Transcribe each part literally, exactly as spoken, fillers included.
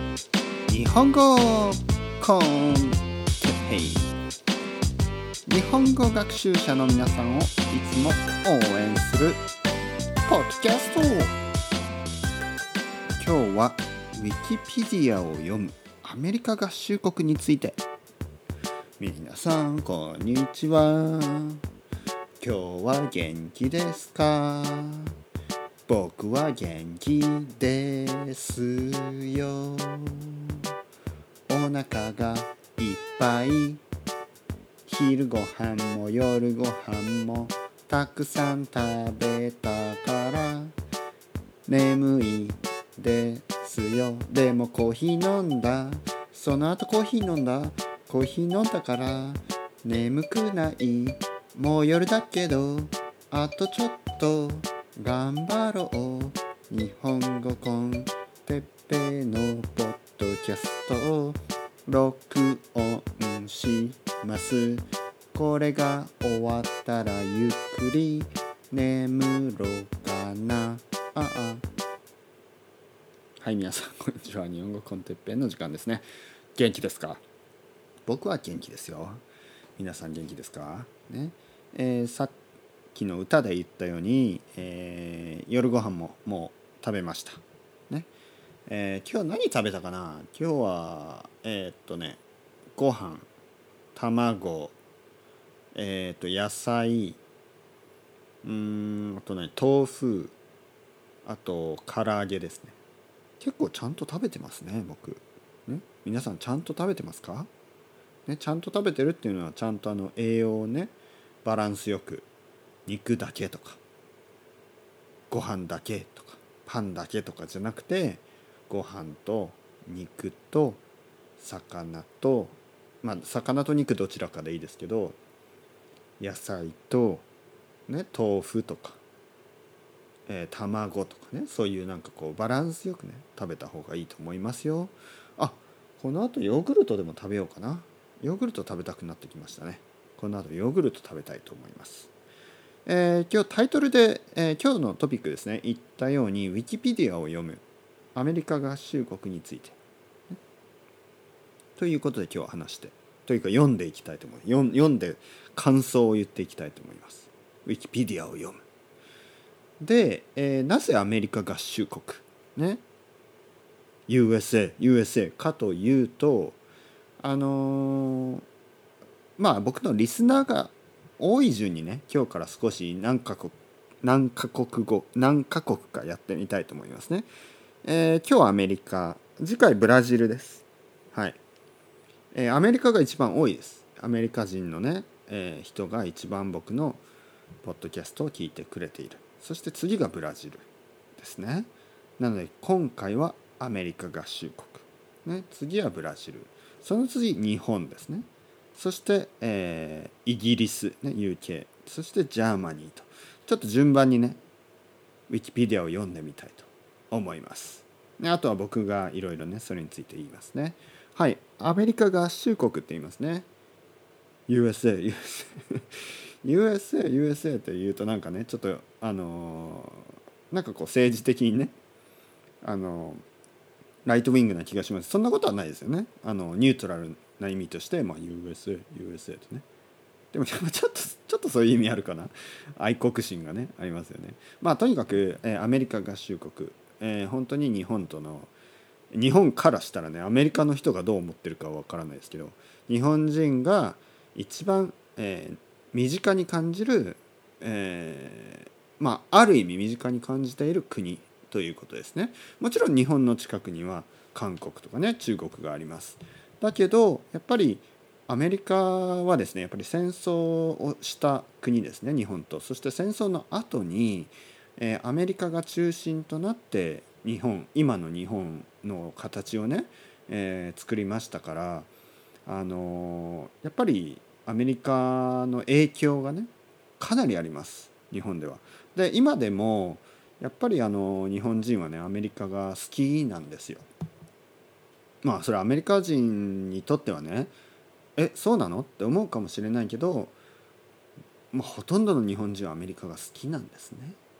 日本語コンテッペイ、日本語学習者の皆さんをいつも応援するポッドキャスト。今日はウィキペディアを読むアメリカ合衆国について。皆さんこんにちは。今日は元気ですか？僕は元気ですよ。お腹がいっぱい、昼ご飯も夜ご飯もたくさん食べたから眠いですよ。でもコーヒー飲んだ、その後コーヒー飲んだ、コーヒー飲んだから眠くない。もう夜だけどあとちょっと頑張ろう。日本語コンテッペイのポッドキャストを録音します。これが終わったらゆっくり眠ろうかな。ああはい、皆さんこんにちは。日本語コンテッペイの時間ですね。元気ですか？僕は元気ですよ。皆さん元気ですかね。えー、さっきの歌で言ったように、えー、夜ご飯ももう食べましたね。えー、今日何食べたかな。今日はえー、っとねご飯、卵、えー、っと野菜、うーんあとね豆腐、あと唐揚げですね。結構ちゃんと食べてますね僕ね。皆さんちゃんと食べてますかね。ちゃんと食べてるっていうのはちゃんとあの栄養をねバランスよく、肉だけとかご飯だけとかパンだけとかじゃなくて、ご飯と肉と魚と、まあ魚と肉どちらかでいいですけど、野菜とね豆腐とか、えー、卵とかね、そういうなんかこうバランスよくね食べた方がいいと思いますよ。あ、この後ヨーグルトでも食べようかな。ヨーグルト食べたくなってきましたね。この後ヨーグルト食べたいと思います。えー、今日タイトルで、えー、今日のトピックですね、言ったようにウィキペディアを読むアメリカ合衆国についてということで今日は話してというか読んでいきたいと思います。読読んで感想を言っていきたいと思います。ウィキペディアを読むで、えー、なぜアメリカ合衆国ね ユーエスエー ユーエスエー かというと、あのー、まあ僕のリスナーが多い順にね、今日から少し何カ国何カ国語何カ国かやってみたいと思いますね。えー、今日はアメリカ、次回ブラジルです。はい、えー、アメリカが一番多いです。アメリカ人のね、えー、人が一番僕のポッドキャストを聞いてくれている。そして次がブラジルですね。なので今回はアメリカ合衆国、ね、次はブラジル、その次日本ですね。そして、えー、イギリス、ね、ユーケー、そしてジャーマニーと、ちょっと順番にねウィキペディアを読んでみたいと思います。あとは僕がいろいろねそれについて言いますね。はい、アメリカ合衆国って言いますね。 ユーエスエー ユーエスエー ユーエスエー ユーエスエー って言うとなんかねちょっとあのー、なんかこう政治的にねあのー、ライトウィングな気がします。そんなことはないですよね。あのニュートラルな意味として、まあ、ユーエスエー ユーエスエー とね。でもちょっとちょっとそういう意味あるかな。愛国心がねありますよね。まあとにかく、えー、アメリカ合衆国、えー、本当に日本との日本からしたらねアメリカの人がどう思ってるかは分からないですけど、日本人が一番、えー、身近に感じる、えー、まあある意味身近に感じている国ということですね。もちろん日本の近くには韓国とかね中国があります。だけどやっぱりアメリカはですねやっぱり戦争をした国ですね、日本と。そして戦争の後に、えー、アメリカが中心となって日本今の日本の形をね、えー、作りましたから、あのー、やっぱりアメリカの影響がねかなりあります日本では。で今でもやっぱりあの日本人はねアメリカが好きなんですよ。まあそれはアメリカ人にとってはね、えそうなのって思うかもしれないけど、まあ、ほとんどの日本人はアメリカが好きなんですね。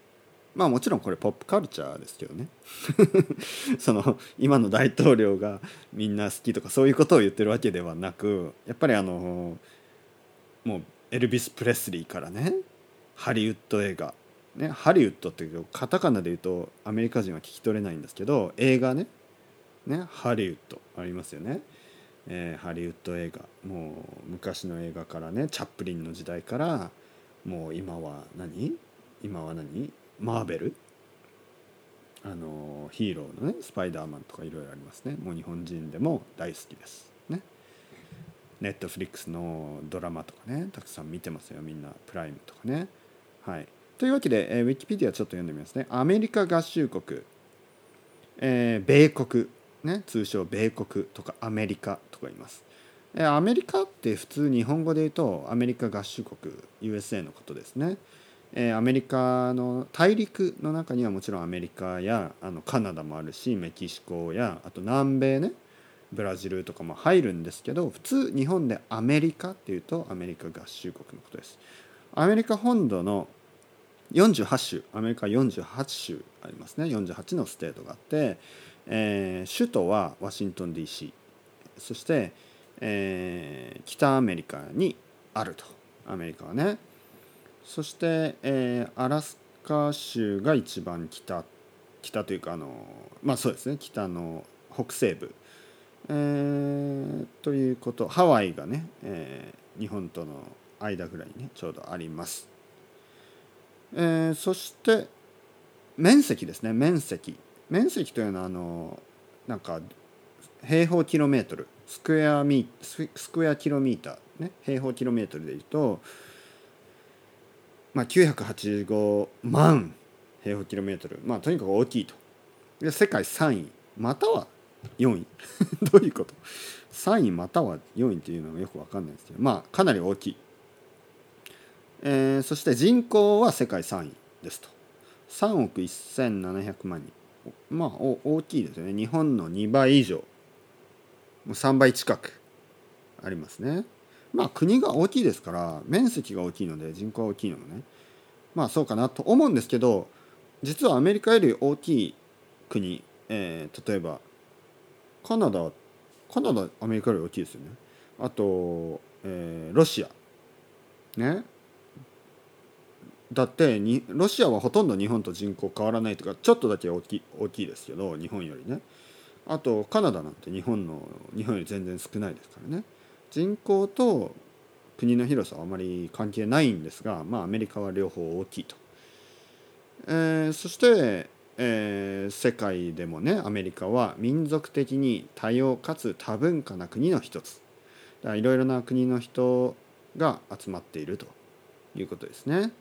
まあもちろんこれポップカルチャーですけどねその今の大統領がみんな好きとかそういうことを言ってるわけではなく、やっぱりあのもうエルビス・プレスリーからね、ハリウッド映画、ね、ハリウッドっていうカタカナで言うとアメリカ人は聞き取れないんですけど、映画ね、ね、ハリウッドありますよね、えーハリウッド映画、もう昔の映画からね、チャップリンの時代から、もう今は何今は何マーベル、あのヒーローのね、スパイダーマンとかいろいろありますね。もう日本人でも大好きですね。ネットフリックスのドラマとかね、たくさん見てますよみんな、プライムとかね。はい、というわけで、えー、ウィキペディアちょっと読んでみますね。アメリカ合衆国、えー米国、ね、通称米国とかアメリカとか言います。えーアメリカって普通日本語で言うとアメリカ合衆国 ユーエスエー のことですね。えーアメリカの大陸の中にはもちろんアメリカやあのカナダもあるし、メキシコやあと南米ね、ブラジルとかも入るんですけど、普通日本でアメリカっていうとアメリカ合衆国のことです。アメリカ本土のよんじゅうはち州、アメリカよんじゅうはち州ありますね。よんじゅうはちのステートがあって、えー首都はワシントン ディーシー、 そして、えー北アメリカにあると、アメリカはね。そして、えーアラスカ州が一番北、北というかあのまあそうですね、北の北西部、えーということ、ハワイがね、えー日本との間ぐらいにねちょうどあります。えーそして面積ですね。面積面積というのはあのなんか平方キロメートル、スクエアミスクエアキロミーターね、平方キロメートルでいうと、まあ、きゅうひゃくはちじゅうごまん平方キロメートル、まあとにかく大きいと。で世界さんいまたはよんいどういうこと、さんいまたはよんいっていうのがよく分かんないですけど、まあかなり大きい。えーそして人口は世界さんいですと。さんおくせんななひゃくまん人、まあ大きいですよね。日本のにばい以上、もうさんばい近くありますね。まあ国が大きいですから面積が大きいので人口が大きいのもね、まあそうかなと思うんですけど、実はアメリカより大きい国、えー例えばカナダカナダアメリカより大きいですよね。あと、えーロシアね、だってにロシアはほとんど日本と人口変わらないというか、ちょっとだけ大きい大きいですけど日本よりね。あとカナダなんて日本の日本より全然少ないですからね。人口と国の広さはあまり関係ないんですが、まあアメリカは両方大きいと。えーそして、えー世界でもね、アメリカは民族的に多様かつ多文化な国の一つ。だからいろいろな国の人が集まっているということですね。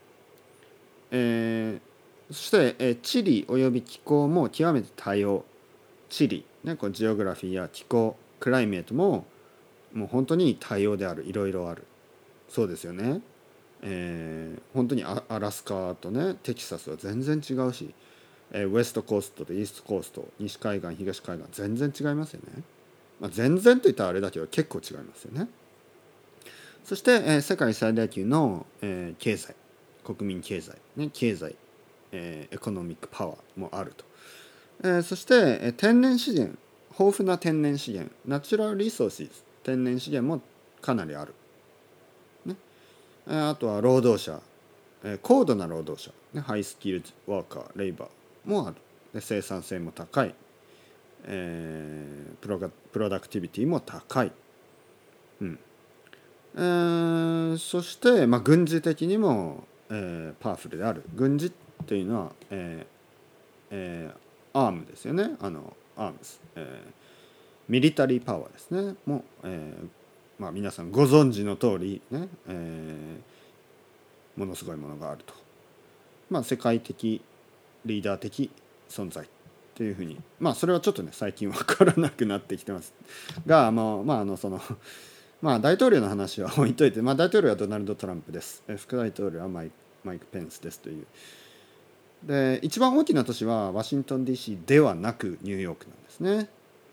えーそして、えー地理および気候も極めて多様。地理、ね、このジオグラフィーや気候、クライメートももう本当に多様である、いろいろある。そうですよね。えー本当にアアラスカとねテキサスは全然違うし、えーウエストコーストとイーストコースト、西海岸東海岸全然違いますよね。まあ、全然といったらあれだけど結構違いますよね。そして、えー世界最大級の、えー経済、国民経済、ね、経済、えーエコノミックパワーもあると。えーそして、えー天然資源、豊富な天然資源、ナチュラルリソース、天然資源もかなりある。ね、えーあとは労働者、えー高度な労働者、ね、ハイスキルズワーカー、レイバーもある。で生産性も高い、えープロガプロダクティビティも高い。うんえーそして、まあ、軍事的にも、えーパワフルである。軍事っていうのは、えーえーアームですよね。あのアームス、えーミリタリーパワーですね。もう、えーまあ、皆さんご存知の通りね、えーものすごいものがあると。まあ、世界的リーダー的存在というふうに、まあそれはちょっとね最近分からなくなってきてますが、まあまああのそのまあ大統領の話は置いといて、まあ大統領はドナルド・トランプです。副大統領はマイマイク・ペンスですという。で一番大きな都市はワシントン ディーシー ではなくニューヨークなんですね。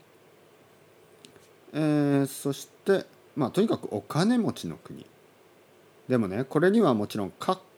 えーそしてまあとにかくお金持ちの国でもね、これにはもちろん括弧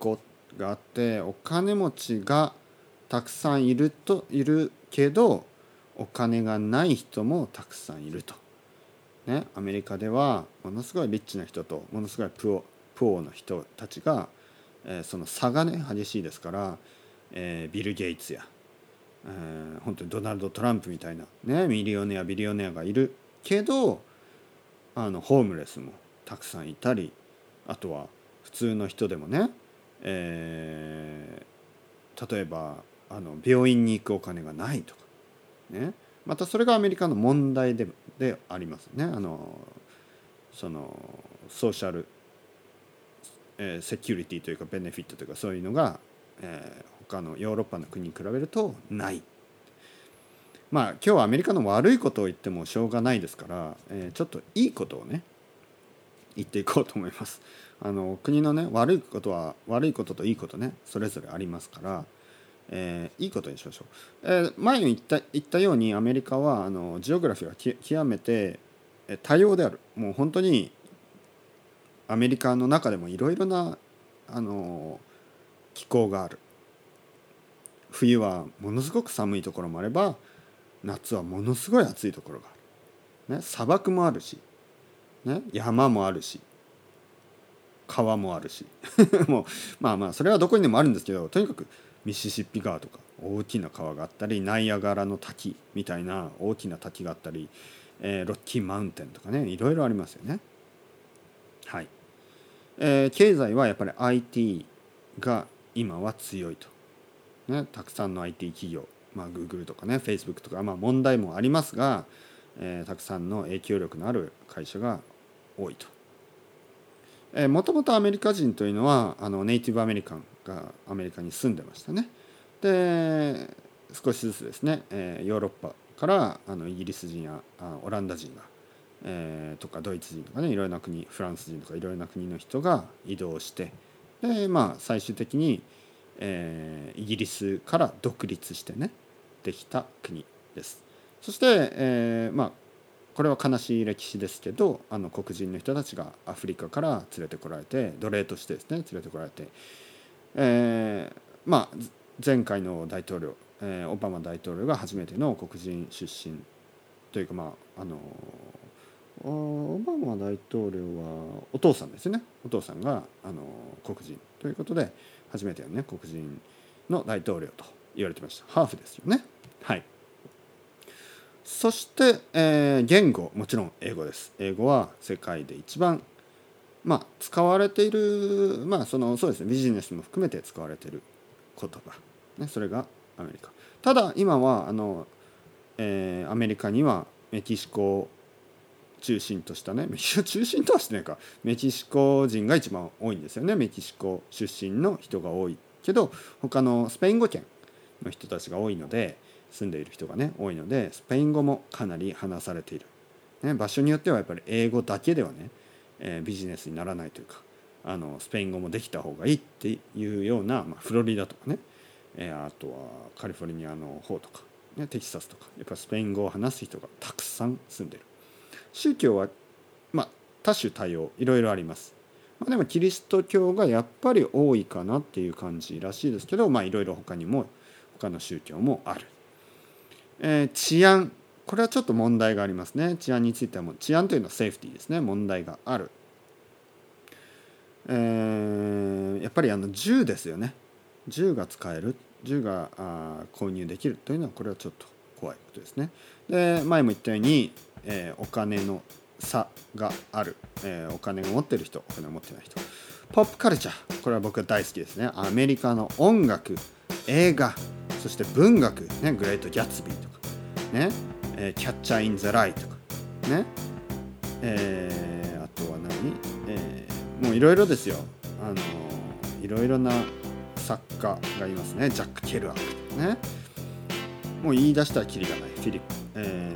があって、お金持ちがたくさんいるといるけどお金がない人もたくさんいると、ね、アメリカではものすごいリッチな人とものすごいプオプオの人たちが、えー、その差がね激しいですから、えー、ビル・ゲイツや、えー、本当にドナルド・トランプみたいな、ね、ミリオネアビリオネアがいるけど、あのホームレスもたくさんいたり、あとは普通の人でもね、えー、例えばあの病院に行くお金がないとかね、またそれがアメリカの問題で、でありますね。あのそのソーシャル、えー、セキュリティというかベネフィットというかそういうのが、えー、他のヨーロッパの国に比べるとない。まあ今日はアメリカの悪いことを言ってもしょうがないですから、えー、ちょっといいことをね言っていこうと思います。あの国のね悪いことは悪いことといいことねそれぞれありますから、えー、いいことにしましょう。えー、前に言った言ったようにアメリカはあのジオグラフィーが極めて多様である。もう本当にアメリカの中でもいろいろなあの気候がある。冬はものすごく寒いところもあれば夏はものすごい暑いところがある、ね、砂漠もあるし、ね、山もあるし川もあるしもうまあまあそれはどこにでもあるんですけど、とにかくミシシッピ川とか大きな川があったり、ナイアガラの滝みたいな大きな滝があったり、えー、ロッキーマウンテンとかね、いろいろありますよね。はい、えー、経済はやっぱり アイティー が今は強いと、ね、たくさんの アイティー 企業、まあ、Google とかね Facebook とか、まあ、問題もありますが、えー、たくさんの影響力のある会社が多いと。もともとアメリカ人というのはあのネイティブアメリカンがアメリカに住んでましたね。で少しずつですね、えー、ヨーロッパからあのイギリス人やあオランダ人が、えー、とかドイツ人とかね、いろいろな国、フランス人とかいろいろな国の人が移動して、でまあ最終的に、えー、イギリスから独立してねできた国です。そして、えー、まあこれは悲しい歴史ですけど、あの黒人の人たちがアフリカから連れてこられて、奴隷としてですね連れてこられて、えー、まあ前回の大統領、えー、オバマ大統領が初めての黒人出身というか、まああのオバマ大統領はお父さんですね。お父さんがあの黒人ということで初めてのね黒人の大統領と言われてました。ハーフですよね。はい。そして、えー、言語もちろん英語です。英語は世界で一番、まあ、使われている、まあそのそうですね、ビジネスも含めて使われている言葉、ね、それがアメリカ。ただ今はあの、えー、アメリカにはメキシコを中心としたね、メキシコ中心とはしてないか、メキシコ人が一番多いんですよね。メキシコ出身の人が多いけど、他のスペイン語圏の人たちが多いので、住んでいる人がね多いので、スペイン語もかなり話されている、ね、場所によってはやっぱり英語だけではね、えー、ビジネスにならないというか、あのスペイン語もできた方がいいっていうような、まあ、フロリダとかね、えー、あとはカリフォルニアの方とか、ね、テキサスとか、やっぱスペイン語を話す人がたくさん住んでいる。宗教は、まあ、多種多様いろいろあります。まあ、でもキリスト教がやっぱり多いかなっていう感じらしいですけど、まあいろいろ他にも他の宗教もある。えー、治安、これはちょっと問題がありますね。治安についてはもう、治安というのはセーフティーですね。問題がある。えー、やっぱりあの銃ですよね。銃が使える、銃があ購入できるというのはこれはちょっと怖いことですね。で前も言ったように、えー、お金の差がある、えー、お金を持ってる人、お金を持ってない人。ポップカルチャー、これは僕は大好きですね。アメリカの音楽、映画、そして文学、ね、グレート・ギャッツビーとか、ねえー、キャッチャー・イン・ザ・ライとか、ねえー、あとは何、えー、もういろいろですよ。あのいろいろな作家がいますね。ジャック・ケルアーとかね、もう言い出したらキリがない。フィリップ、え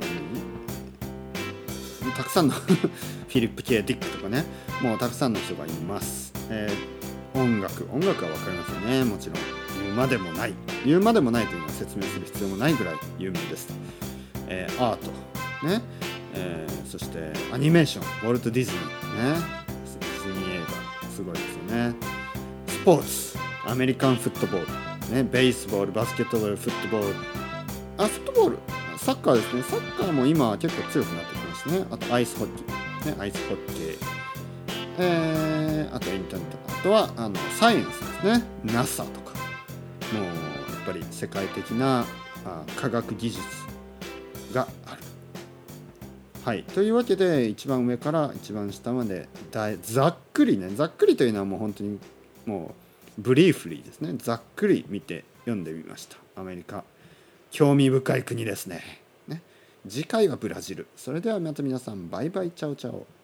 ー、たくさんのフィリップ・ケイ・ディックとかね、もうたくさんの人がいます。えー、音楽音楽は分かりますよね。もちろん言うまでもない言うまでもないというのは説明する必要もないぐらい有名です。えー、アートね、えー、そしてアニメーション、ウォルト・ディズニーね、ディズニー映画すごいですよね。スポーツ、 アメリカンフットボール、ね、ベースボール、バスケットボール、フットボール、あフットボール、サッカーですね。サッカーも今は結構強くなってきましたね。あとアイスホッケー、ね、アイスホッケー、えー、あとインターネット、あとはあのサイエンスですね。 ナサ とか、もうやっぱり世界的なあ科学技術がある。はい、というわけで一番上から一番下までだいざっくりね、ざっくりというのはもう本当にもうブリーフリーですね。ざっくり見て読んでみました。アメリカ、興味深い国ですね。ね、次回はブラジル。それではまた皆さん、バイバイ、チャオチャオ。